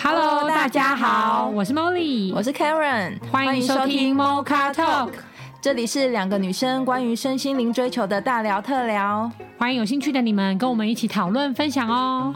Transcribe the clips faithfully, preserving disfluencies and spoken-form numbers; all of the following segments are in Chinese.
Hello， 大家好，我是 Molly， 我是 Karen， 欢迎收听 Mocha Talk， 这里是两个女生关于身心灵追求的大聊特聊， 欢迎有兴趣的你们跟我们一起讨论分享哦。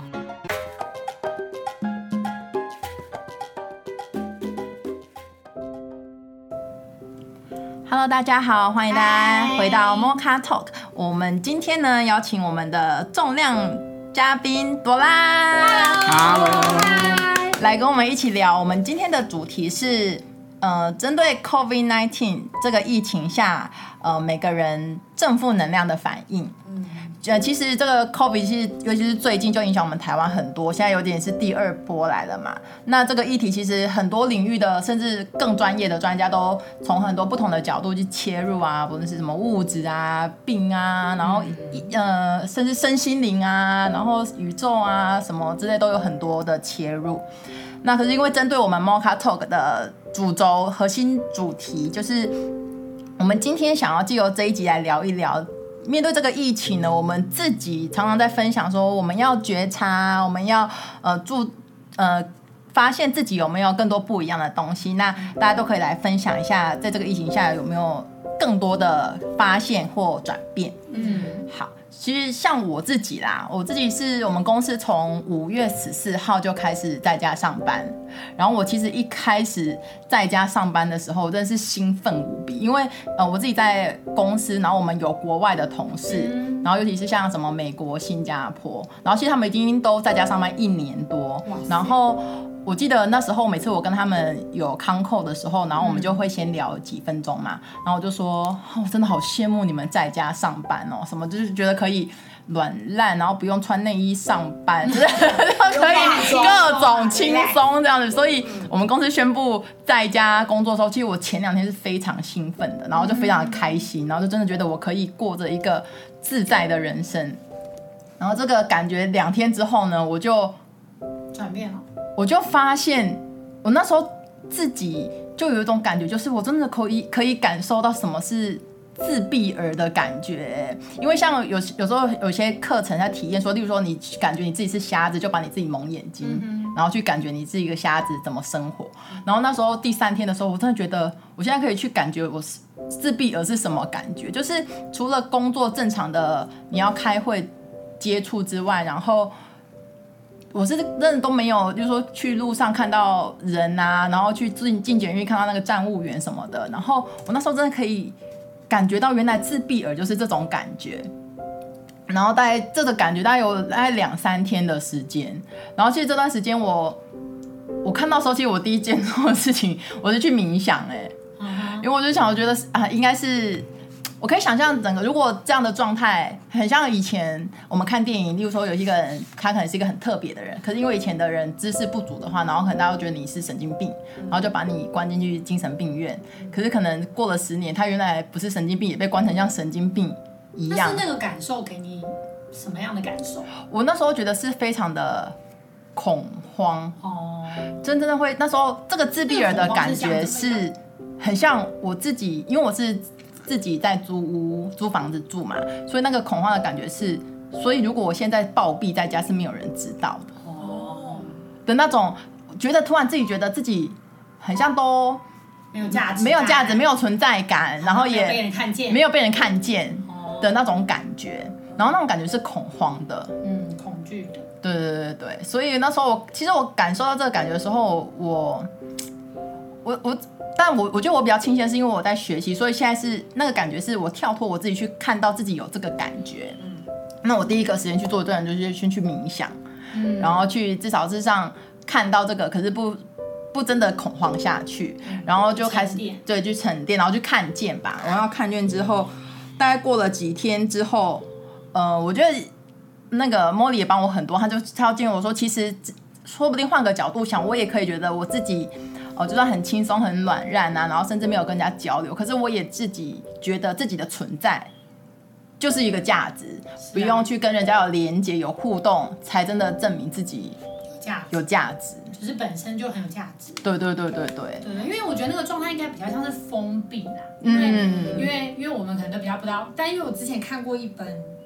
Hello， 大家好，欢迎大家回到 Mocha Talk。我们今天呢，邀请我们的重量嘉宾朵拉 ，Hello， 来跟我们一起聊。我们今天的主题是，呃，针对 COVID 十九 这个疫情下，呃，每个人正负能量的反应。嗯，呃，其实这个 COVID 其实尤其是最近就影响我们台湾很多，现在有点是第二波来了嘛。那这个议题其实很多领域的，甚至更专业的专家都从很多不同的角度去切入啊，不论是什么物质啊、病啊，然后呃，甚至身心灵啊，然后宇宙啊什么之类都有很多的切入。那可是因为针对我们 Mocha Talk 的主轴核心主题，就是我们今天想要藉由这一集来聊一聊。面对这个疫情呢，我们自己常常在分享说，我们要觉察，我们要呃注呃发现自己有没有更多不一样的东西。那大家都可以来分享一下，在这个疫情下有没有更多的发现或转变。嗯，好。其实像我自己啦，我自己是我们公司从五月十四号就开始在家上班，然后我其实一开始在家上班的时候，真的是兴奋无比，因为呃我自己在公司，然后我们有国外的同事，然后尤其是像什么美国、新加坡，然后其实他们已经都在家上班一年多，然后。我记得那时候每次我跟他们有 con call 的时候，然后我们就会先聊几分钟嘛，然后我就说，我、哦、真的好羡慕你们在家上班哦，什么就是觉得可以软烂，然后不用穿内衣上班，就是可以各种轻松这样子。所以我们公司宣布在家工作的时候，其实我前两天是非常兴奋的，然后就非常的开心，然后就真的觉得我可以过着一个自在的人生。然后这个感觉两天之后呢，我就转变了。 我就发现，我那时候自己就有一种感觉，就是我真的可以可以感受到什么是自闭儿的感觉。因为像有有时候有些课程在体验说，例如说你感觉你自己是瞎子，就把你自己蒙眼睛，嗯、然后去感觉你是一个瞎子怎么生活。然后那时候第三天的时候，我真的觉得我现在可以去感觉我自闭儿是什么感觉，就是除了工作正常的你要开会接触之外，然后。我是真的都没有，就是说去路上看到人啊，然后去进进检狱看到那个站务员什么的，然后我那时候真的可以感觉到原来自闭儿就是这种感觉，然后大概这个感觉大概有大概两三天的时间，然后其实这段时间我我看到的时候，其实我第一件做的事情我是去冥想哎、欸， uh-huh. 因为我就想我觉得啊应该是。我可以想象整个，如果这样的状态很像以前我们看电影，例如说有一个人，他可能是一个很特别的人，可是因为以前的人知识不足的话，然后可能大家都觉得你是神经病，然后就把你关进去精神病院。可是可能过了十年，他原来不是神经病，也被关成像神经病一样。 但是那个感受给你什么样的感受？ 我那时候觉得是非常的恐慌哦，真正的会那时候这个自闭儿的感觉是很像我自己，因为我是。自己在租屋租房子住嘛，所以那个恐慌的感觉是，所以如果我现在暴毙在家是没有人知道的哦的那种，觉得突然自己觉得自己很像都没有价值， 没有价值，没有存在感，然后也没有被人看见， 没有被人看见的那种感觉，然后那种感觉是恐慌的， 嗯，恐惧的， 对对对对，所以那时候我其实我感受到这个感觉的时候，我我我。但我我觉得我比较庆幸的是，因为我在学习，所以现在是那个感觉是我跳脱我自己去看到自己有这个感觉。嗯，那我第一个时间去做的当然就是先去冥想，嗯，然后去至少是上看到这个，可是不不真的恐慌下去，嗯、然后就开始对去沉淀，然后去看见吧。然后看见之后，大概过了几天之后，呃，我觉得那个 Molly 也帮我很多，他就他建议我说，其实说不定换个角度想，我也可以觉得我自己。哦，就算很轻松、很软烂啊，然后甚至没有跟人家交流，可是我也自己觉得自己的存在就是一个价值，啊、不用去跟人家有连结、有互动，才真的证明自己有价值。 有价值， 就是本身就很有价值。 对对对对对。 对，因为我觉得那个状态应该比较像是封闭啦，因为、嗯、因为因为我们可能都比较不知道，但因为我之前看过一本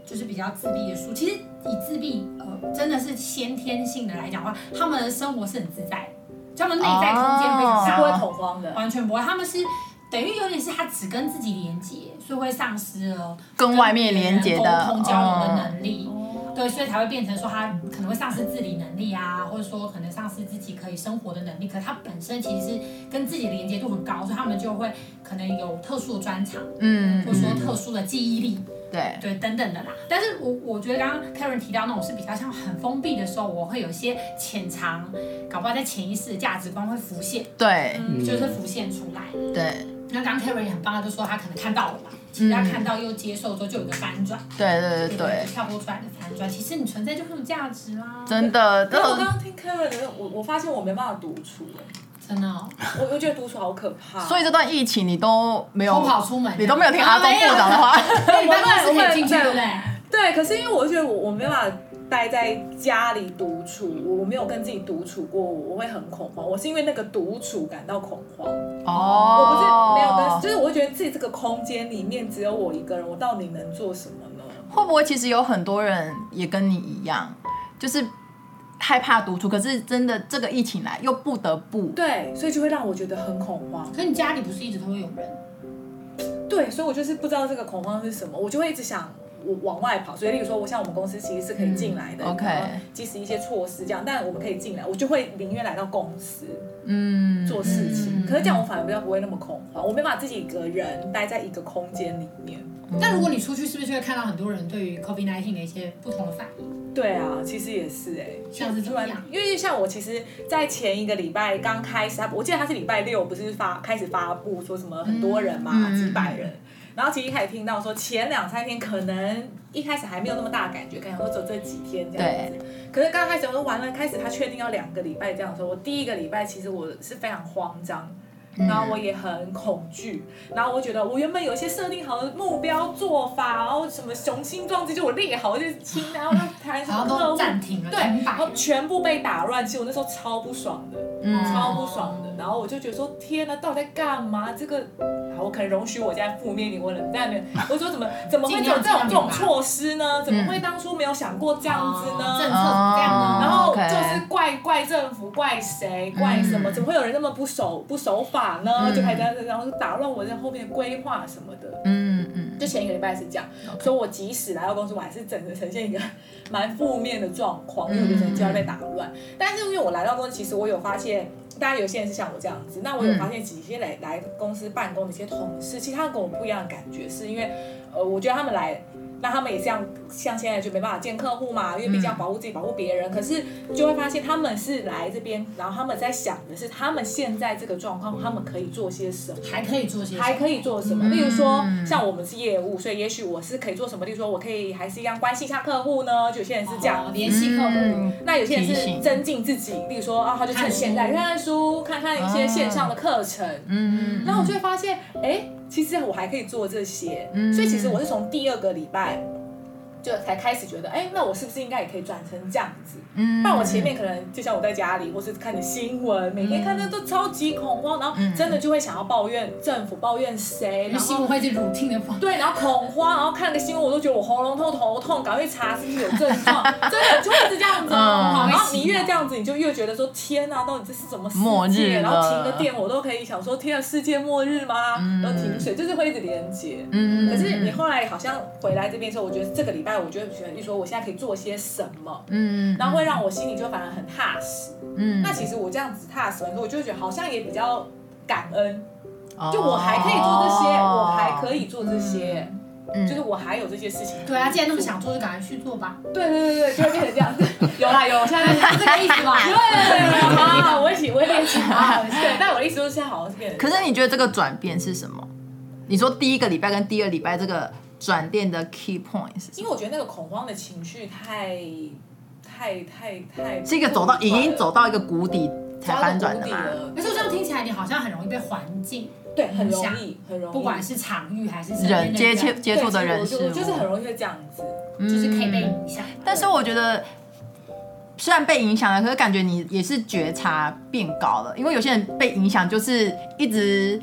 就是比较自闭的书，其实以自闭呃真的是先天性的来讲的话，他们的生活是很自在的，他们内在空间非常大， 是不会恐慌的， 完全不会，他们是。等于有点是他只跟自己连接，所以会丧失了跟外面连接的沟通交流的能力。 哦、 对，所以才会变成说他可能会丧失自理能力啊，或者说可能丧失自己可以生活的能力。可是他本身其实是跟自己的连接度很高，所以他们就会可能有特殊的专长，嗯，或者说特殊的记忆力。 对对，等等的啦。但是我我觉得刚刚 Karen 提到那种是比较像很封闭的时候，我会有一些潜藏，搞不好在潜意识的价值观会浮现， 对， 嗯，就是浮现出来。 对。 那刚刚 Karen 也很棒，就说他可能看到了嘛，其实他看到又接受之后就有一个翻转， 对对对对， 跳脱出来的翻转，其实你存在就很有价值啦。 真的， 但我刚刚听 Karen 的，我我发现我没办法独处了。 真的、哦， 我我觉得独处好可怕。 所以这段疫情你都没有偷跑出门， 你都没有听阿中部长的话。 你办公室可以进去，对不对？ 对，可是因为我觉得我我没办法待在家里独处，我没有跟自己独处过，我会很恐慌。我是因为那个独处感到恐慌。哦，我不是没有跟，就是我会觉得自己这个空间里面只有我一个人，我到底能做什么呢？ 会不会其实有很多人也跟你一样，就是害怕独处，可是真的这个疫情来又不得不， 对，所以就会让我觉得很恐慌。 可是你家里不是一直都会有人？ 对，所以我就是不知道这个恐慌是什么，我就会一直想我往外跑。所以例如说，我像我们公司其实是可以进来的，嗯 OK， 即使一些措施这样，但我们可以进来，我就会宁愿来到公司，嗯，做事情。嗯、可是这样我反而比较不会那么恐慌，我没办法自己一个人待在一个空间里面。 但如果你出去，是不是就会看到很多人对于 COVID 十九 的一些不同的反应？ 对啊，其实也是哎、欸， 像是怎么样？ 因为像我其实，在前一个礼拜刚开始，我记得他是礼拜六不是发开始发布说什么很多人嘛，嗯、几百人。然后其实一开始听到说前两三天可能一开始还没有那么大的感觉，可能说走这几天这样子。可是刚开始我说完了，开始他确定要两个礼拜这样的时候，我第一个礼拜其实我是非常慌张。然后我也很恐惧，然后我觉得我原本有一些设定好的目标做法，然后什么雄心壮志就我列好就是清，然后要谈什么客户， 暂停了， 对，然后全部被打乱，其实我那时候超不爽的，嗯、超不爽的。然后我就觉得说，天哪，到底在干嘛？这个，好，我可能容许我现在负面一点，我冷淡点。我说怎么怎么会有这种这种措施呢？怎么会当初没有想过这样子呢？ 政策这样呢？ 然后就是怪怪政府，怪谁？怪什么？怎么会有人那么不守不守法？呢，嗯、就开始然后打乱我在后面的规划什么的，嗯嗯，就前一个礼拜是这样， okay. 所以我即使来到公司，我还是整个呈现一个蛮负面的状况，因为我觉得就要被打乱。嗯、但是因为我来到公司，其实我有发现，大家有些人是像我这样子，那我有发现几些来来公司办公的一些同事，其实他们跟我不一样的感觉，是因为呃，我觉得他们来。那他们也像像现在就没办法见客户嘛，因为毕竟要保护自己、保护别人。可是就会发现他们是来这边，然后他们在想的是他们现在这个状况，他们可以做些什么， 还可以做些什么， 还可以做什么。例如说，像我们是业务，所以也许我是可以做什么？例如说，我可以还是一样关心一下客户呢？就有些人是这样、 哦、联系客户、嗯， 那有些人是增进自己，例如说啊，他就趁现在看看书，看看一些线上的课程。嗯，然后我就会发现，哎。其实我还可以做这些，嗯、所以其实我是从第二个礼拜就才开始觉得，哎，那我是不是应该也可以转成这样子？嗯，不然我前面可能就像我在家里，或是看着新闻，每天看着都超级恐慌，然后真的就会想要抱怨政府，抱怨谁，然后新闻会是 routine 的放， 对，然后恐慌，然后看个新闻我都觉得我喉咙痛、头痛，赶快查是不是有症状，真的就会是这样子。嗯、然后你越这样子，你就越觉得说，天哪，到底这是什么世界？ 末日了。 然后停个电，我都可以想说，天啊，世界末日吗？嗯、然后停水，就是会一直连接。嗯，可是你后来好像回来这边之后，我觉得这个礼拜，我就会觉得，就说我现在可以做些什么，嗯，然后会让我心里就反而很踏实。嗯，那其实我这样子踏实完之后，我就会觉得好像也比较感恩，哦、就我还可以做这些，我还可以做这些。嗯、就是我还有这些事情。 对啊，既然那么想做，就赶快去做吧。 对对对对，就会变成这样子。有啦有，现在是这个意思吧？ 对对对，好好，我一起我会练习啊。对，但我的意思就是现在好像是变成。 可是你觉得这个转变是什么？你说第一个礼拜跟第二礼拜这个转变的 key point 是什么？ 因为我觉得那个恐慌的情绪太太太太是一个走到已经走到一个谷底才翻转的嘛。 可是这样听起来，你好像很容易被环境。 对，很容易，很容易， 不管是场域还是人接接接触的人事物， 就是很容易会这样子， 嗯、就是可以被影响。 但是我觉得，虽然被影响了，可是感觉你也是觉察变高了，因为有些人被影响就是一直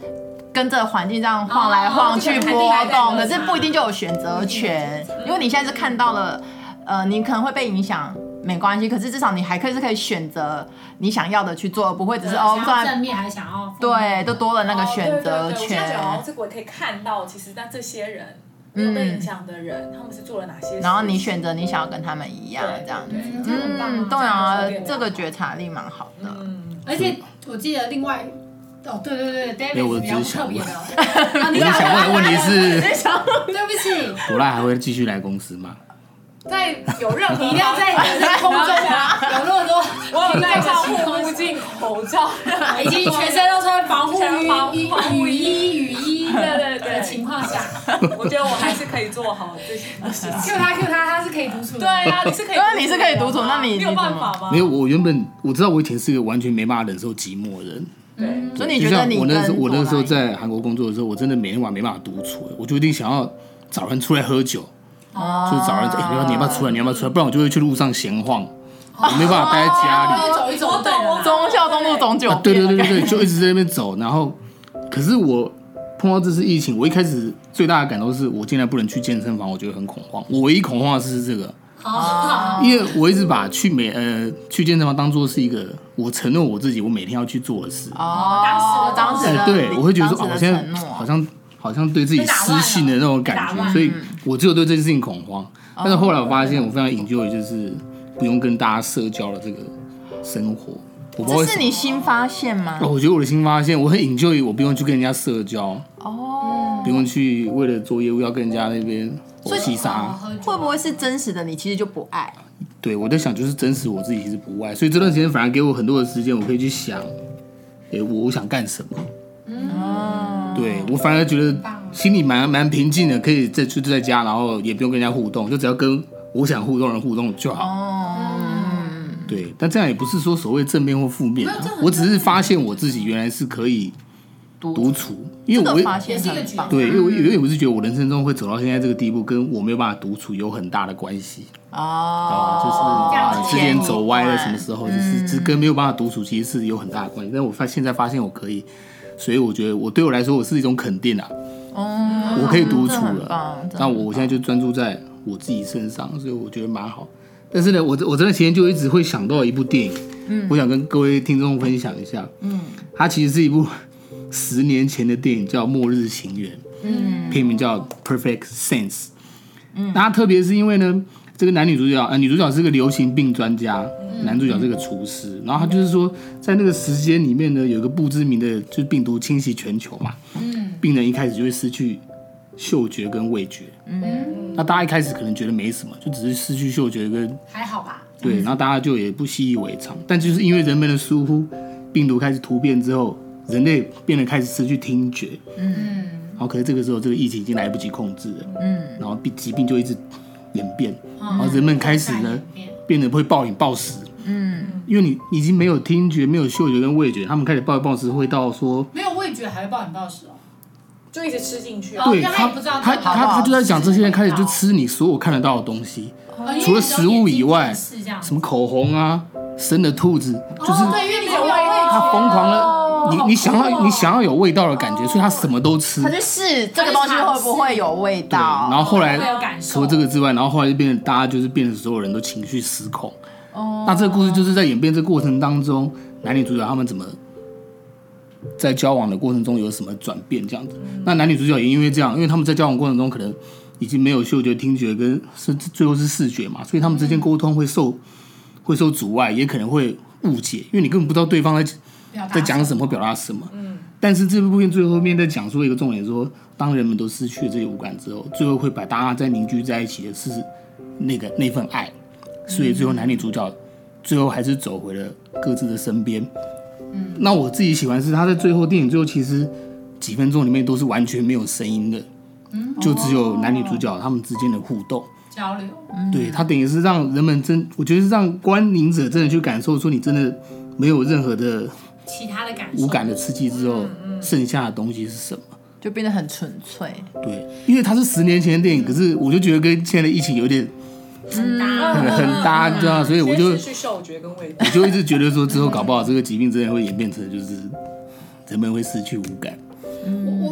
跟着环境这样晃来晃去波动，可是不一定就有选择权，因为你现在是看到了，呃，你可能会被影响。没关系，可是至少你还可以是可以选择你想要的去做，不会只是哦， 想要正面还是想要对，都多了那个选择权。 哦、对对对我现在觉得这个我可以看到，其实那这些人没有被影响的人，嗯、他们是做了哪些事？ 然后你选择你想要跟他们一样这样子，嗯，对啊，这个觉察力蛮好的。 嗯，而且我记得另外。哦，对对对 ，David 比较特别的。 我只想问的问题是， 对不起， 朵拉还会继续来公司吗？ 在有任何一定要在在空中啊，有那么多， 我有戴上护目镜、口罩， 以及全身都穿防护衣、雨衣、雨衣， 对对对的情况下， 我觉得我还是可以做好这些事情。 Q 他 Q 他，他是可以独处的。 对啊，你是可以， 那你是可以独处，那你你有办法吗？ 没有，我原本我知道我以前是一个完全没办法忍受寂寞的人。 对， 所以你觉得你我那时候我那时候在韩国工作的时候，我真的每天晚上没办法独处，我就一定想要找人出来喝酒，哦、就是找人哎、欸，你要不要出来？你要不要出来？不然我就会去路上闲晃，哦、我没办法待在家里。 走一走，对了， 忠孝东路总酒店、 啊。对对对对对，就一直在那边走。然后，可是我碰到这次疫情，我一开始最大的感受是我竟然不能去健身房，我觉得很恐慌。我唯一恐慌的事是这个。哦，因为我一直把去美呃去健身房当做是一个我承诺我自己我每天要去做的事。 哦，当时的当时的、 欸、对，我会觉得说哦，我现在好像好像对自己失信的那种感觉，所以我只有对这件事情恐慌。但是后来我发现我非常 enjoy 就是不用跟大家社交的这个生活。我不知道这是你新发现吗？ 哦，我觉得我的新发现，我很 enjoy 我不用去跟人家社交。哦，不用去为了做业务要跟人家那边戏杀。 会不会是真实的你其实就不爱？ 对，我在想就是真实我自己其实不爱，所以这段时间反而给我很多的时间，我可以去想，哎、欸，我想干什么？嗯，对我反而觉得心里蛮蛮平静的，可以在就在家，然后也不用跟人家互动，就只要跟我想互动的人互动就好。哦，对，但这样也不是说所谓正面或负面、啊，我只是发现我自己原来是可以独处，因为我这个发现很棒。 对，因为我因为我是觉得我人生中会走到现在这个地步，跟我没有办法独处有很大的关系。哦，就是之前走歪了，什么时候，就是只跟没有办法独处其实是有很大的关系。但我发现在发现我可以，所以我觉得我对我来说我是一种肯定啊。哦，我可以独处了，那我我现在就专注在我自己身上，所以我觉得蛮好。但是呢，我我这段时间就一直会想到一部电影，嗯，我想跟各位听众分享一下。嗯，它其实是一部十年前的电影，叫《末日情缘》，嗯，片名叫《Perfect Sense》。嗯，那它特别是因为呢，这个男女主角，呃，女主角是个流行病专家，嗯、男主角是个厨师。然后他就是说，在那个时间里面呢，有一个不知名的，就是病毒侵袭全球嘛，嗯，病人一开始就会失去嗅觉跟味觉，嗯，那大家一开始可能觉得没什么，就只是失去嗅觉跟还好吧， 对，然后大家就也不习以为常。但就是因为人们的疏忽，病毒开始突变之后，人类变得开始失去听觉，嗯，然后可是这个时候这个疫情已经来不及控制了，嗯，然后疾病就一直演变，然后人们开始呢变得会暴饮暴食，嗯，因为你已经没有听觉、没有嗅觉跟味觉，他们开始暴饮暴食会到说没有味觉还会暴饮暴食哦。 就一直吃进去， 对他，他他他就在讲这些人开始就吃你所有看得到的东西，哦、除了食物以外，什么口红啊、生的兔子，就是他疯狂的，你你想要你想要有味道的感觉，所以他什么都吃。 他就试这个东西会不会有味道？ 然后后来除了这个之外，然后后来就变成大家就是变成所有人都情绪失控。哦，那这个故事就是在演变这个过程当中，男女主角他们怎么在交往的过程中有什么转变这样子。嗯、那男女主角也因为这样，因为他们在交往过程中可能已经没有嗅觉、听觉跟是最后是视觉嘛，所以他们之间沟通会受会受阻碍，也可能会误解，因为你根本不知道对方在在讲什么、表达什么。嗯。但是这部片最后面在讲述一个重点说，当人们都失去了这些五感之后，最后会把大家再凝聚在一起的是那个那份爱，所以最后男女主角最后还是走回了各自的身边。嗯，那我自己喜欢是他在最后电影最后其实几分钟里面都是完全没有声音的，嗯，就只有男女主角他们之间的互动交流。 对，他等于是让人们真，我觉得是让观影者真的去感受说你真的没有任何的其他的感受， 无感的刺激之后，嗯嗯、剩下的东西是什么？ 就变得很纯粹。 对，因为它是十年前的电影，嗯、可是我就觉得跟现在的疫情有点。 很搭， 很很搭，你知道吗？所以我就失去嗅觉跟味道， 我就一直觉得说，之后搞不好这个疾病真的会演变成就是人们会失去五感。 我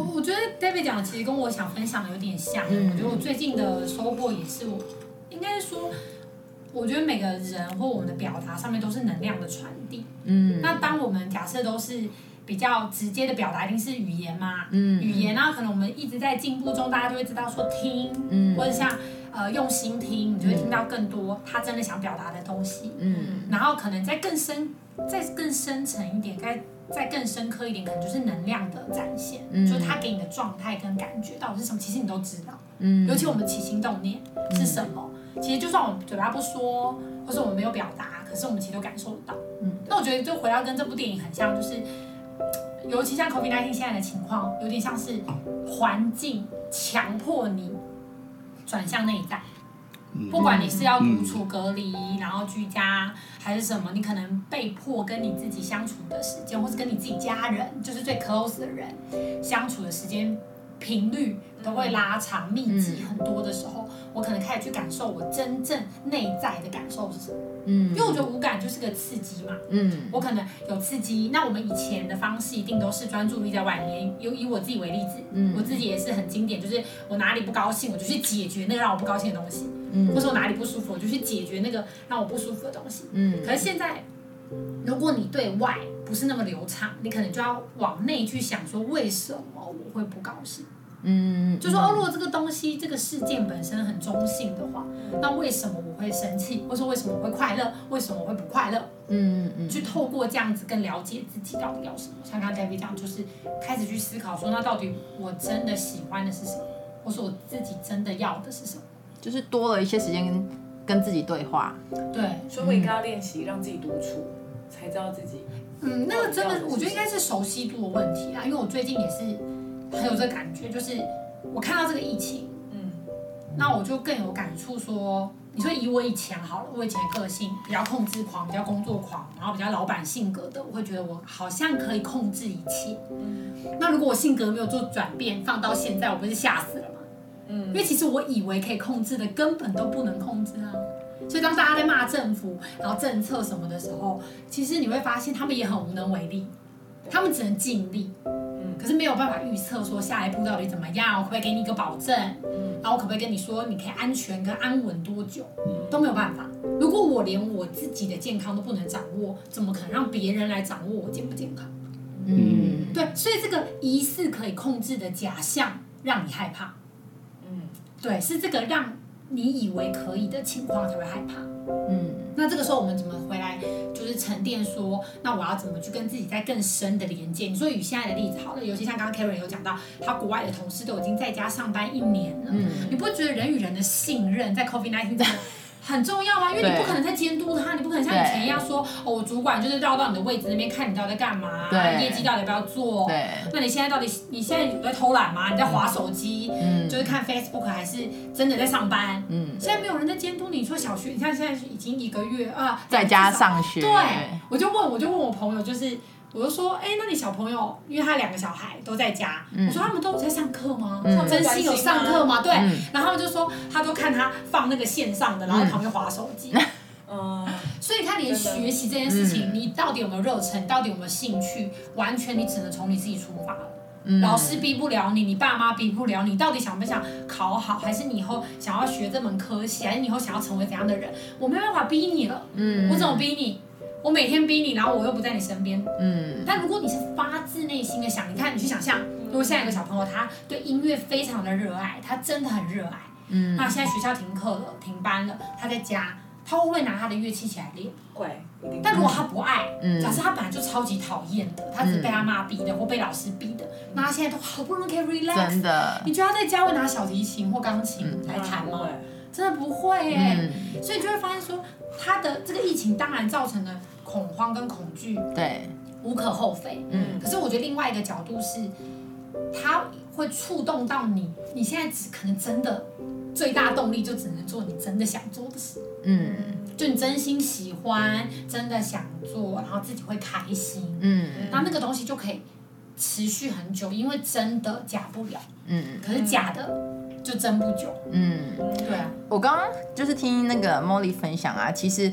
David 讲的其实跟我想分享的有点像，嗯、我觉得我最近的收获也是，我应该是说，我觉得每个人或我们的表达上面都是能量的传递。嗯，那当我们假设都是比较直接的表达，一定是语言嘛，嗯，语言啊，可能我们一直在进步中，大家就会知道说听，嗯，或者像呃用心听，你就会听到更多他真的想表达的东西，嗯，然后可能再更深、再更深层一点，该。再更深刻一点，可能就是能量的展现，嗯、就是他给你的状态跟感觉到底是什么，其实你都知道。嗯，尤其我们起心动念是什么，嗯、其实就算我们嘴巴不说，或是我们没有表达，可是我们其实都感受得到。嗯，那我觉得就回到跟这部电影很像，就是尤其像 COVID 十九 现在的情况，有点像是环境强迫你转向内在。不管你是要独处隔离，嗯、然后居家还是什么，你可能被迫跟你自己相处的时间，或是跟你自己家人，就是最 close 的人相处的时间频率都会拉长、密集很多的时候，嗯、我可能开始去感受我真正内在的感受是什么。嗯，因为我觉得五感就是个刺激嘛。嗯，我可能有刺激，那我们以前的方式一定都是专注力在外面。有以我自己为例子，嗯、我自己也是很经典，就是我哪里不高兴，我就去解决那个让我不高兴的东西。嗯，或者我哪里不舒服，我就去解决那个让我不舒服的东西。嗯，可是现在，如果你对外不是那么流畅，你可能就要往内去想，说为什么我会不高兴？嗯，就说哦，如果这个东西这个事件本身很中性的话，那为什么我会生气？或者为什么我会快乐？为什么我会不快乐？嗯嗯，去透过这样子更了解自己到底要什么。像刚刚 David 讲，就是开始去思考说，那到底我真的喜欢的是什么，或是我自己真的要的是什么？ 就是多了一些时间跟跟自己对话。 对， 所以我应该要练习让自己独处，才知道自己。 嗯，那个真的，我觉得应该是熟悉度的问题啦。因为我最近也是很有这个感觉，就是我看到这个疫情，嗯，那我就更有感触说，你说以我以前好了，我以前的个性比较控制狂，比较工作狂，然后比较老板性格的，我会觉得我好像可以控制一切。嗯，那如果我性格没有做转变，放到现在，我不是吓死了吗？嗯，因为其实我以为可以控制的，根本都不能控制啊。所以当大家在骂政府，然后政策什么的时候，其实你会发现他们也很无能为力，他们只能尽力。嗯，可是没有办法预测说下一步到底怎么样，我可不可以给你一个保证？嗯，然后我可不可以跟你说你可以安全跟安稳多久？嗯，都没有办法。如果我连我自己的健康都不能掌握，怎么可能让别人来掌握我健不健康？嗯，对，所以这个疑似可以控制的假象让你害怕。嗯，对，是这个让你以为可以的情况才会害怕。嗯，那这个时候我们怎么回来就是沉淀说，那我要怎么去跟自己在更深的连接？你说以现在的例子好了，尤其像刚刚 Karen 有讲到，他国外的同事都已经在家上班一年了，嗯，你不会觉得人与人的信任在 COVID 十九 这个很重要吗？因为你不可能再监督他，你不可能像以前一样说，哦，我主管就是绕到你的位置那边看你到底在干嘛，业绩到底要不要做？对，那你现在到底你现在有在偷懒吗？你在滑手机，嗯，就是看 Facebook 还是真的在上班？嗯，现在没有人在监督你。说小学，你看现在已经一个月啊， 在家上学。 对，我就问，我就问我朋友，就是我就说，哎、欸，那你小朋友，因为他两个小孩都在家，嗯、我说他们都在上课吗？嗯、真心有上课吗？对，嗯、然后他们就说，他都看他放那个线上的，然后在旁边滑手机。嗯，所以他连学习这件事情，你到底有没有热忱，到底有没有兴趣，完全你只能从你自己出发了。嗯、老师逼不了你，你爸妈逼不了你，到底想不想考好，还是你以后想要学这门科系，还是你以后想要成为怎样的人？我没办法逼你了，嗯，我怎么逼你？我每天逼你，然后我又不在你身边，嗯。但如果你是发自内心的想，你看，你去想象，如果现在有个小朋友，他对音乐非常的热爱，他真的很热爱，嗯。那现在学校停课了，停班了，他在家，他会不会拿他的乐器起来练？ 会。 但如果他不爱，嗯、假设他本来就超级讨厌的，他只是被他妈逼的，或被老师逼的，那他现在都好不容易可以 relax， 真的， 你觉得他在家会拿小提琴或钢琴来弹吗？嗯、真的不会耶。嗯、所以你就会发现说，他的这个疫情当然造成了恐慌跟恐惧， 对， 无可厚非。嗯，可是我觉得另外一个角度是，他会触动到你，你现在只可能真的最大动力就只能做你真的想做的事。嗯。就你真心喜欢，真的想做，然后自己会开心，嗯，那那个东西就可以持续很久，因为真的假不了，嗯，可是假的就真不久，嗯，对啊。 我刚刚就是听那个 Molly 分享啊，其实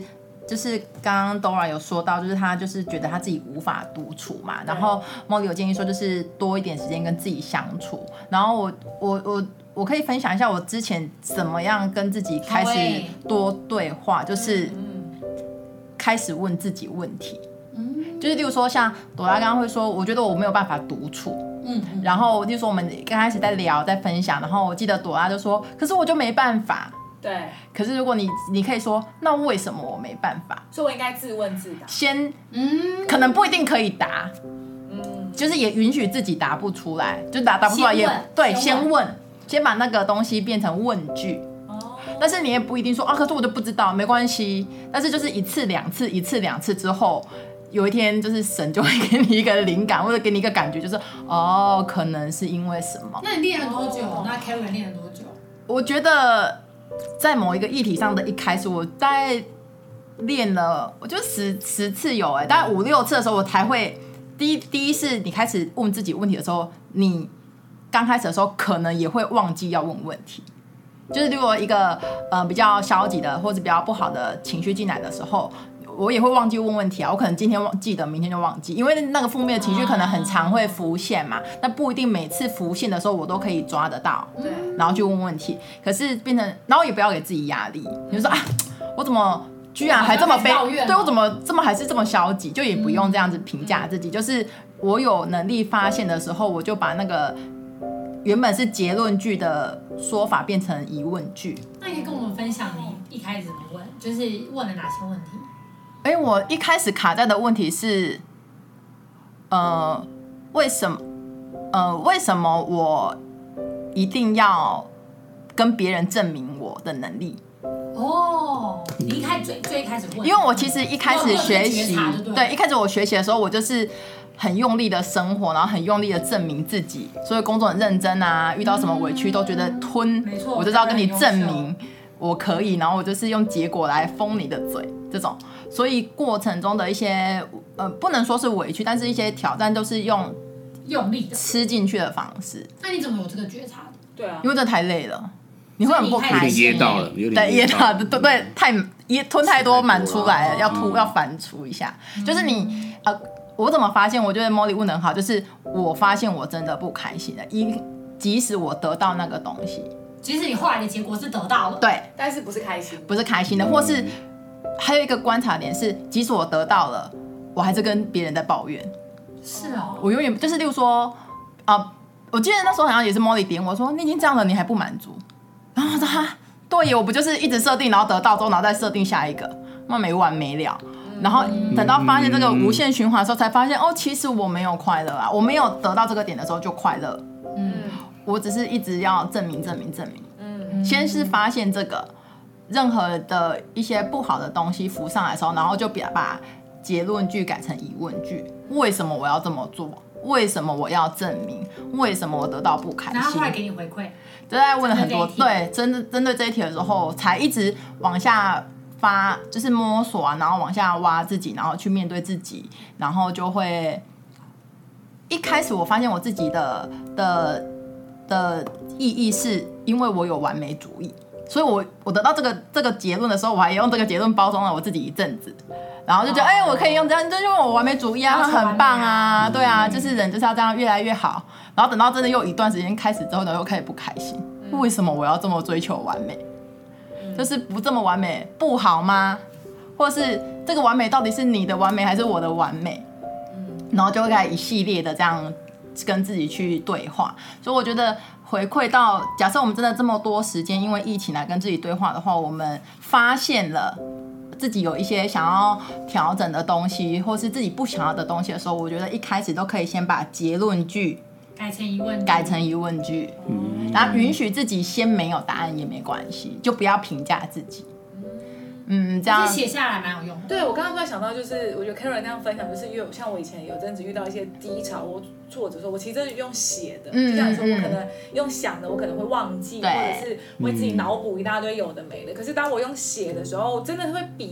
就是刚刚 Dora 有说到，就是他就是觉得他自己无法独处嘛，然后 Molly 有建议说，就是多一点时间跟自己相处。然后我我我我可以分享一下我之前怎么样跟自己开始多对话，就是开始问自己问题。就是例如说像朵拉刚刚会说，我觉得我没有办法独处。嗯，然后例如说我们刚开始在聊在分享，然后我记得朵拉就说，可是我就没办法。 对， 可是如果你你可以说，那为什么我没办法？ 所以我应该自问自答。 先，嗯，可能不一定可以答，嗯，就是也允许自己答不出来，就答答不出来也对，先 问, 先问，先把那个东西变成问句。哦，但是你也不一定说啊，可是我就不知道，没关系。但是就是一次两次，一次两次之后，有一天就是神就会给你一个灵感，或者给你一个感觉，就是哦，可能是因为什么。 那你练了多久？哦、那 Karen 练了多久？ 我觉得。在某一个议题上的一开始，我大概练了，我觉得十十次有哎、欸，大概五六次的时候，我才会第一第一是你开始问自己问题的时候，你刚开始的时候可能也会忘记要问问题，就是如果一个呃比较消极的或者比较不好的情绪进来的时候，我也会忘记问问题啊，我可能今天忘记得，明天就忘记，因为那个负面的情绪可能很常会浮现嘛，那不一定每次浮现的时候我都可以抓得到，对，然后去问问题，可是变成，然后也不要给自己压力，你就说啊，我怎么居然还这么悲，对我怎么这么还是这么消极，就也不用这样子评价自己，就是我有能力发现的时候，我就把那个原本是结论句的说法变成疑问句。 那你可以跟我们分享你一开始怎么问，就是问了哪些问题？ 哎、欸，我一开始卡在的问题是，呃，为什么，呃，为什么我一定要跟别人证明我的能力？ 哦，你一开最最一开始问， 因为我其实一开始学习，对, 对，一开始我学习的时候，我就是很用力的生活，然后很用力的证明自己，所以工作很认真啊，遇到什么委屈都觉得吞，没错，我就是要跟你证明我可以，然后我就是用结果来封你的嘴，这种。所以过程中的一些呃，不能说是委屈，但是一些挑战都是用用力的吃进去的方式。 那你怎么有这个觉察的？ 对啊， 因为这太累了，你会很不开心， 有点噎到了，有点对噎到了，对对，太噎吞太多满出来了，要吐、嗯、要反刍一下。就是你呃，我怎么发现？我觉得 Molly 问得很好，就是我发现我真的不开心了，一即使我得到那个东西， 即使你后来的结果是得到了， 对， 但是不是开心， 不是开心的，或是。还有一个观察点是，即使我得到了，我还是跟别人在抱怨。 是哦， 我永远就是，例如说，啊、呃，我记得那时候好像也是 Molly 点我说，你已经这样了，你还不满足？然后我说哈，对耶，我不就是一直设定，然后得到之后，然后再设定下一个，那没完没了。然后等到发现这个无限循环的时候，才发现哦，其实我没有快乐啊，我没有得到这个点的时候就快乐。嗯，我只是一直要证明、证明、证明。嗯，先是发现这个。任何的一些不好的东西浮上来的时候，然后就把结论句改成疑问句。为什么我要这么做？为什么我要证明？为什么我得到不开心？ 然后后来给你回馈， 就在问了很多，对，针针对这一题的时候，才一直往下发，就是摸索啊，然后往下挖自己，然后去面对自己，然后就会一开始我发现我自己的的的意义是因为我有完美主义。所以我，我得到这个这个结论的时候，我还用这个结论包装了我自己一阵子，然后就觉得，哎、哦欸，我可以用这样，就因为我完美主义啊，很棒啊，对啊，就是人就是要这样越来越好。然后等到真的又一段时间开始之后呢，又开始不开心，嗯、为什么我要这么追求完美？嗯、就是不这么完美不好吗？或是这个完美到底是你的完美还是我的完美？嗯、然后就会开始一系列的这样跟自己去对话。所以我觉得。回馈到，假设我们真的这么多时间，因为疫情来跟自己对话的话，我们发现了自己有一些想要调整的东西，或是自己不想要的东西的时候，我觉得一开始都可以先把结论句改成疑问句， 改成疑问句，嗯、然后允许自己先没有答案也没关系，就不要评价自己。嗯，这样写下来蛮有用的。 对，我刚刚突然想到，就是我觉得 Karen 那样分享，就是因为像我以前有阵子遇到一些低潮或挫折的时候，我其实真的用写的，嗯、就像你说，我可能用想的，我可能会忘记，或者是会自己脑补一大堆有的没的。可是当我用写的时候，真的会比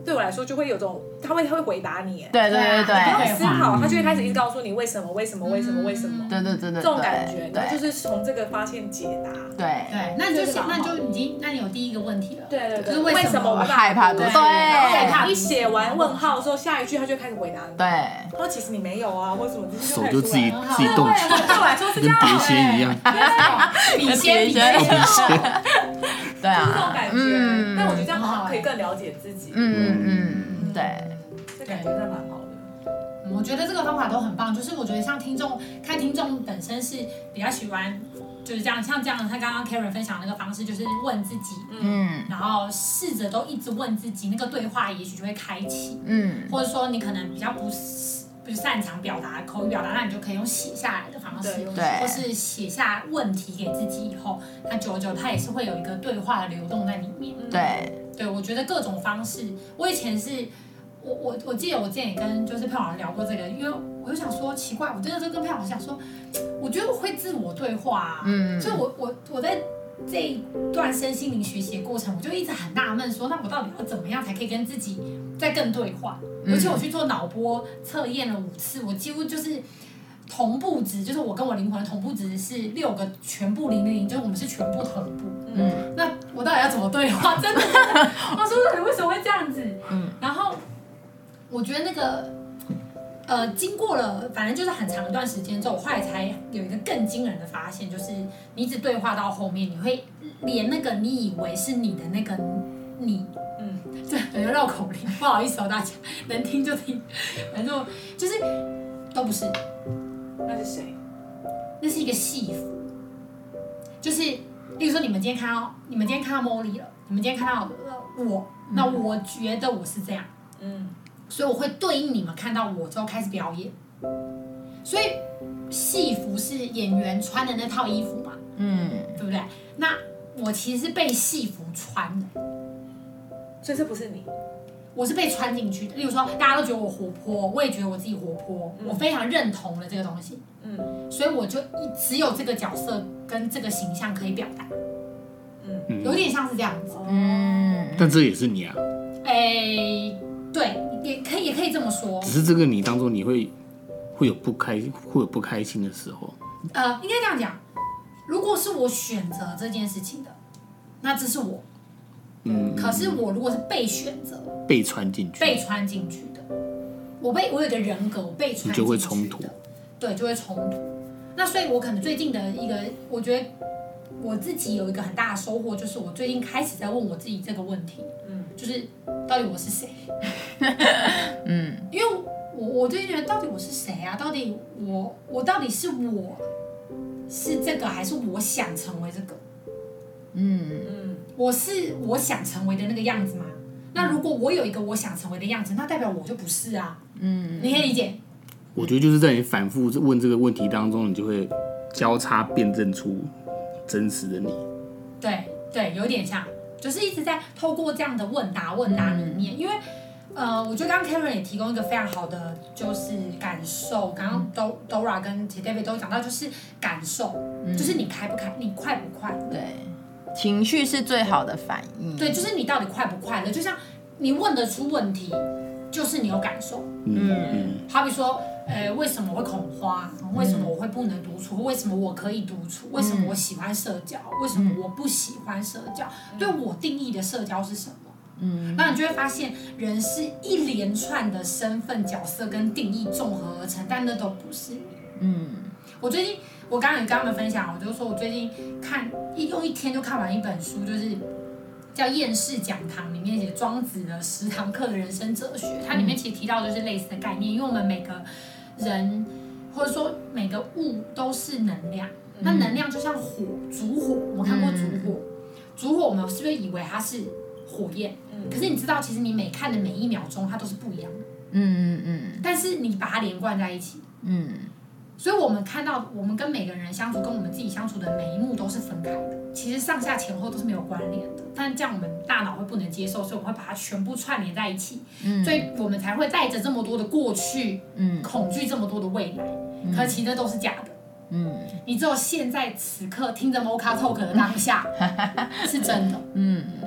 对我来说就会有种，他会他会回答你， 对对对对， 不用思考，他就会开始一直告诉你为什么为什么为什么为什么， 对对对对， 这种感觉，然后就是从这个发现解答。 对对，那你就那就已经，那你有第一个问题了。 对对对， 就是为什么我害怕读？对， 害怕。 一写完问号之后，下一句他就开始回答你。 对， 他说其实你没有啊，或者什么， 手就自己自己动起来， 对我来说是这样， 跟碟仙一样， 笔仙笔仙，对啊， 就是这种感觉。但我觉得这样好像可以更了解自己。 嗯嗯，对， 这感觉真的蛮好的。 我觉得这个方法都很棒，就是我觉得像听众看听众本身是比较喜欢。就是这样，像这样，他刚刚 Karen 分享那个方式，就是问自己，嗯，然后试着都一直问自己，那个对话也许就会开启，嗯，或者说你可能比较不不擅长表达口语表达，那你就可以用写下来的方式， 对， 或是写下问题给自己以后，它久久它也是会有一个对话的流动在里面， 对， 对，我觉得各种方式，我以前是。我我我记得我之前也跟就是佩老师聊过这个，因为我就想说奇怪，我真的就跟佩老师讲说，我觉得我会自我对话啊，嗯，所以我我我在这一段身心灵学习的过程，我就一直很纳闷说，那我到底要怎么样才可以跟自己再更对话？嗯、而且我去做脑波测验了五次，我几乎就是同步值，就是我跟我灵魂的同步值是六个全部零零零，就是我们是全部同步。嗯，那我到底要怎么对话？真的，真的我说你为什么会这样子？嗯，然后。我觉得那个，呃，经过了反正就是很长一段时间之后，我后来才有一个更惊人的发现，就是你一直对话到后面，你会连那个你以为是你的那个你，嗯，这有点绕口令，不好意思哦，大家能听就听，反正就是都不是。 那是谁？ 那是一个戏服，就是例如说你们今天看到，你们今天看到 Molly 了，你们今天看到我，那我觉得我是这样，嗯。所以我会对应你们看到我之后开始表演，所以戏服是演员穿的那套衣服嘛，嗯，对不对？那我其实是被戏服穿的， 所以这不是你， 我是被穿进去的。例如说，大家都觉得我活泼，我也觉得我自己活泼，嗯、我非常认同了这个东西，嗯，所以我就只有这个角色跟这个形象可以表达，嗯，有点像是这样子， 嗯，但这也是你啊， 哎。对，也可以，也可以这么说。 只是这个你当中，你会会有不开，会有不开心的时候。 呃，应该这样讲，如果是我选择这件事情的，那这是我。嗯。可是我如果是被选择， 被穿进去， 被穿进去的，我被我有个人格，我被穿进去的， 你就会冲突。 对，就会冲突。那所以，我可能最近的一个，我觉得我自己有一个很大的收获，就是我最近开始在问我自己这个问题。嗯。就是到底我是谁？嗯，因为我我最近觉得到底我是谁啊？到底我我到底是我是这个，还是我想成为这个？嗯嗯，我是我想成为的那个样子吗？那如果我有一个我想成为的样子，那代表我就不是啊。嗯，你可以理解？ 我觉得就是在你反复问这个问题当中，你就会交叉辩证出真实的你。 对对，有点像。就是一直在透过这样的问答问答里面，因为呃，我觉得刚刚 Karen 也提供一个非常好的就是感受。刚刚 Dora 跟 David 都讲到，就是感受，嗯、就是你开不开，你快不快乐？ 对，情绪是最好的反应。 对，就是你到底快不快乐？就像你问得出问题，就是你有感受。嗯嗯。好比说，呃，为什么我会恐慌？为什么我会不能独处？为什么我可以独处？为什么我喜欢社交？为什么我不喜欢社交？对我定义的社交是什么？嗯，那你就会发现，人是一连串的身份、角色跟定义综合而成，但那都不是你。嗯，我最近我刚刚也跟他们分享，我就说我最近看一用一天就看完一本书，就是叫《厌世讲堂》，里面写庄子的十堂课的人生哲学，它里面其实提到就是类似的概念，因为我们每个人或者说每个物都是能量，那能量就像火，烛火，我们看过烛火，烛火我们是不是以为它是火焰？可是你知道，其实你每看的每一秒钟，它都是不一样的。嗯嗯嗯。但是你把它连贯在一起。嗯。所以我们看到，我们跟每个人相处，跟我们自己相处的每一幕都是分开的，其实上下前后都是没有关联的。但这样我们大脑会不能接受，所以我们会把它全部串联在一起。嗯。所以我们才会带着这么多的过去，嗯，恐惧这么多的未来，嗯、可其实都是假的。嗯。你只有现在此刻听着 Mocha Talk 的当下是真的。嗯。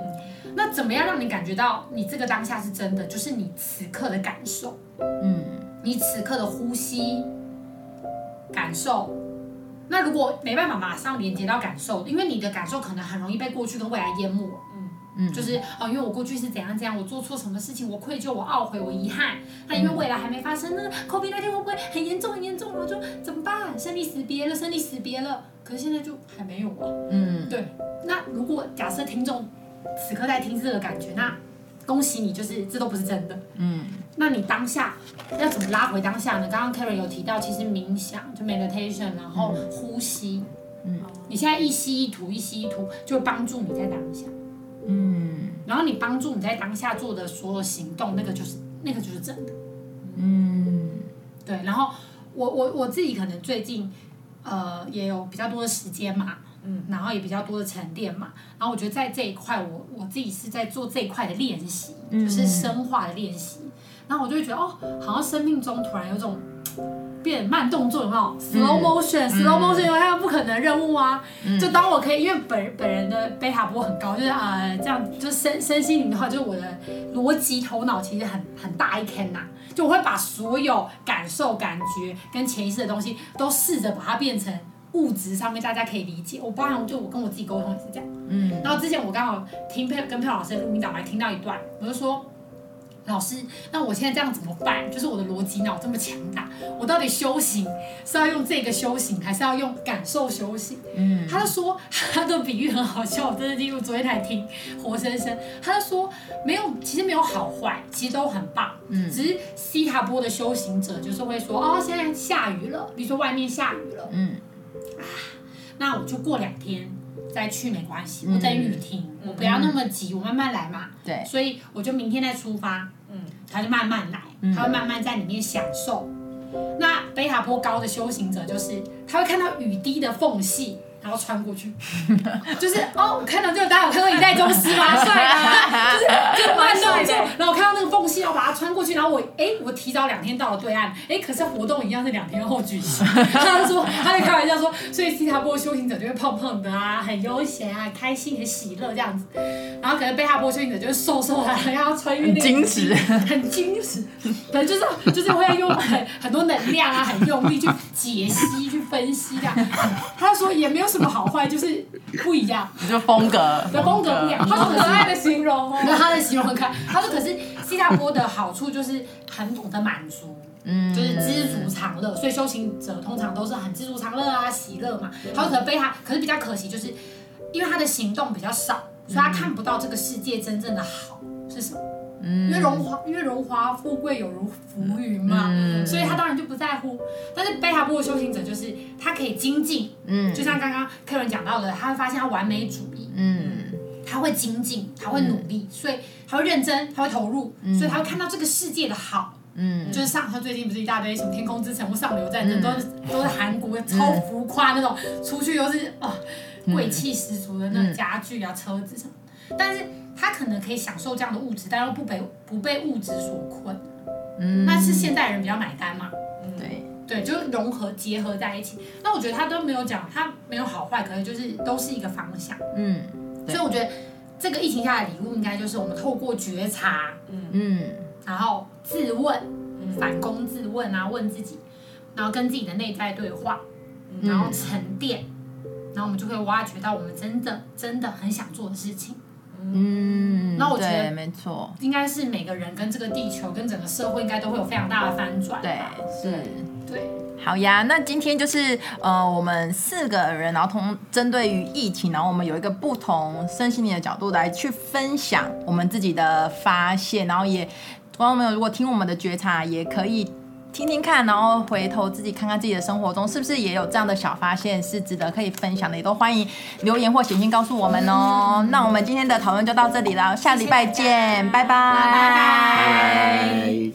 那怎么样让你感觉到你这个当下是真的？就是你此刻的感受， 嗯， 你此刻的呼吸感受。那如果没办法马上连接到感受，因为你的感受可能很容易被过去跟未来淹没，嗯嗯，就是哦，因为我过去是怎样怎样，我做错什么事情，我愧疚，我懊悔，我遗憾。那因为未来还没发生，那 COVID 那天会不会很严重很严重？然后就怎么办？生离死别了，生离死别了。可是现在就还没有啊，嗯，对。那如果假设听众此刻在听这个感觉，那恭喜你，就是这都不是真的，嗯。那你当下要怎么拉回当下呢？刚刚 Karen 有提到，其实冥想就 meditation， 然后呼吸，嗯，你现在一吸一吐，一吸一吐，就会帮助你在当下，嗯，然后你帮助你在当下做的所有行动，那个就是那个就是真的，嗯，对。然后我我我自己可能最近呃也有比较多的时间嘛。嗯，然后也比较多的沉淀嘛，然后我觉得在这一块我，我我自己是在做这一块的练习，就是深化的练习，然后我就会觉得哦，好像生命中突然有种变慢动作，有没有 ？slow motion，slow motion 有没有不可能的任务啊？嗯、就当我可以，因为本本人的贝塔波很高，就是呃这样，就身身心灵的话，就是我的逻辑头脑其实很很大一坑呐、啊，就我会把所有感受、感觉跟潜意识的东西，都试着把它变成。物质上面大家可以理解，我包含就我跟我自己沟通也是这样。嗯，然后之前我刚好听佩跟佩老师的录音档，我还听到一段，我就说，老师，那我现在这样怎么办？就是我的逻辑脑这么强大，我到底修行是要用这个修行，还是要用感受修行？嗯，他就说他的比喻很好笑，我真的记住昨天才听活生生，他就说没有，其实没有好坏，其实都很棒。嗯，只是西塔波的修行者就是会说，哦，现在下雨了，比如说外面下雨了，嗯。啊，那我就过两天再去没关系，我等雨停，嗯、我不要那么急，我慢慢来嘛。 对， 所以我就明天再出发，嗯，他就慢慢来，嗯、他会慢慢在里面享受。那贝塔波高的修行者就是他会看到雨滴的缝隙。然后穿过去，就是哦，我看到这个，大家有看到一代宗师吗？帅啊，就是就慢动作，然后我看到那个缝隙，我把它穿过去，然后我哎，我提早两天到了对岸，哎，可是活动一样是两天后举行。他就说，他就开玩笑说，所以西塔波修行者就会胖胖的啊，很悠闲啊，很开心，很喜乐这样子。然后可能贝塔波修行者就是瘦瘦的，然后穿越那个矜持， 很矜持，可能就是就是会用很很多能量啊，很用力去解析、去分析这样。他说也没有。什么好坏就是不一样， 就风格， 的风格不一样。他说可爱的形容哦， 那他的形容很可爱。他说可是西塔波的好处就是很懂得满足，嗯，就是知足常乐。所以修行者通常都是很知足常乐啊，喜乐嘛。他说可能被他，可是比较可惜就是因为他的行动比较少，所以他看不到这个世界真正的好是什么。嗯、因为荣华，因为荣华富贵有如浮云嘛，嗯、所以他当然就不在乎。但是贝塔波的修行者就是他可以精进，嗯，就像刚刚客人讲到的，他会发现他完美主义，嗯，他会精进，他会努力，嗯、所以他会认真，他会投入，嗯、所以他会看到这个世界的好。嗯，就是上他最近不是一大堆什么天空之城或上流战争，嗯、都是都是韩国超浮夸那种，出去都是啊贵气十足的那种家具啊、车子什么，但是。他可能可以享受这样的物质，但又不被不被物质所困，嗯，那是现代人比较买单嘛，嗯、对对，就融合结合在一起。那我觉得他都没有讲，他没有好坏，可能就是都是一个方向，嗯，所以我觉得这个疫情下的礼物应该就是我们透过觉察，嗯，然后自问，嗯、反躬自问啊，问自己，然后跟自己的内在对话，然后沉淀，然后我们就会挖掘到我们真的真的很想做的事情。嗯，那我觉得没错， 应该是每个人跟这个地球跟整个社会应该都会有非常大的翻转。 对，是， 对。 好呀，那今天就是呃，我们四个人，然后同针对于疫情，然后我们有一个不同身心灵的角度来去分享我们自己的发现，然后也观众朋友如果听我们的觉察，也可以。听听看，然后回头自己看看自己的生活中是不是也有这样的小发现是值得可以分享的，也都欢迎留言或写信告诉我们哦。那我们今天的讨论就到这里了，下礼拜见，拜拜，拜拜。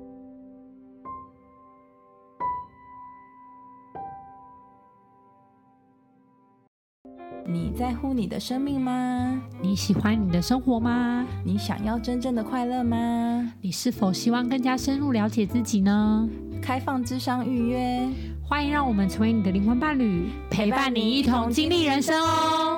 你在乎你的生命吗？ 你喜欢你的生活吗？ 你想要真正的快乐吗？ 你是否希望更加深入了解自己呢？ 开放諮商預約， 欢迎让我们成为你的灵魂伴侣，陪伴你一同经历人生哦。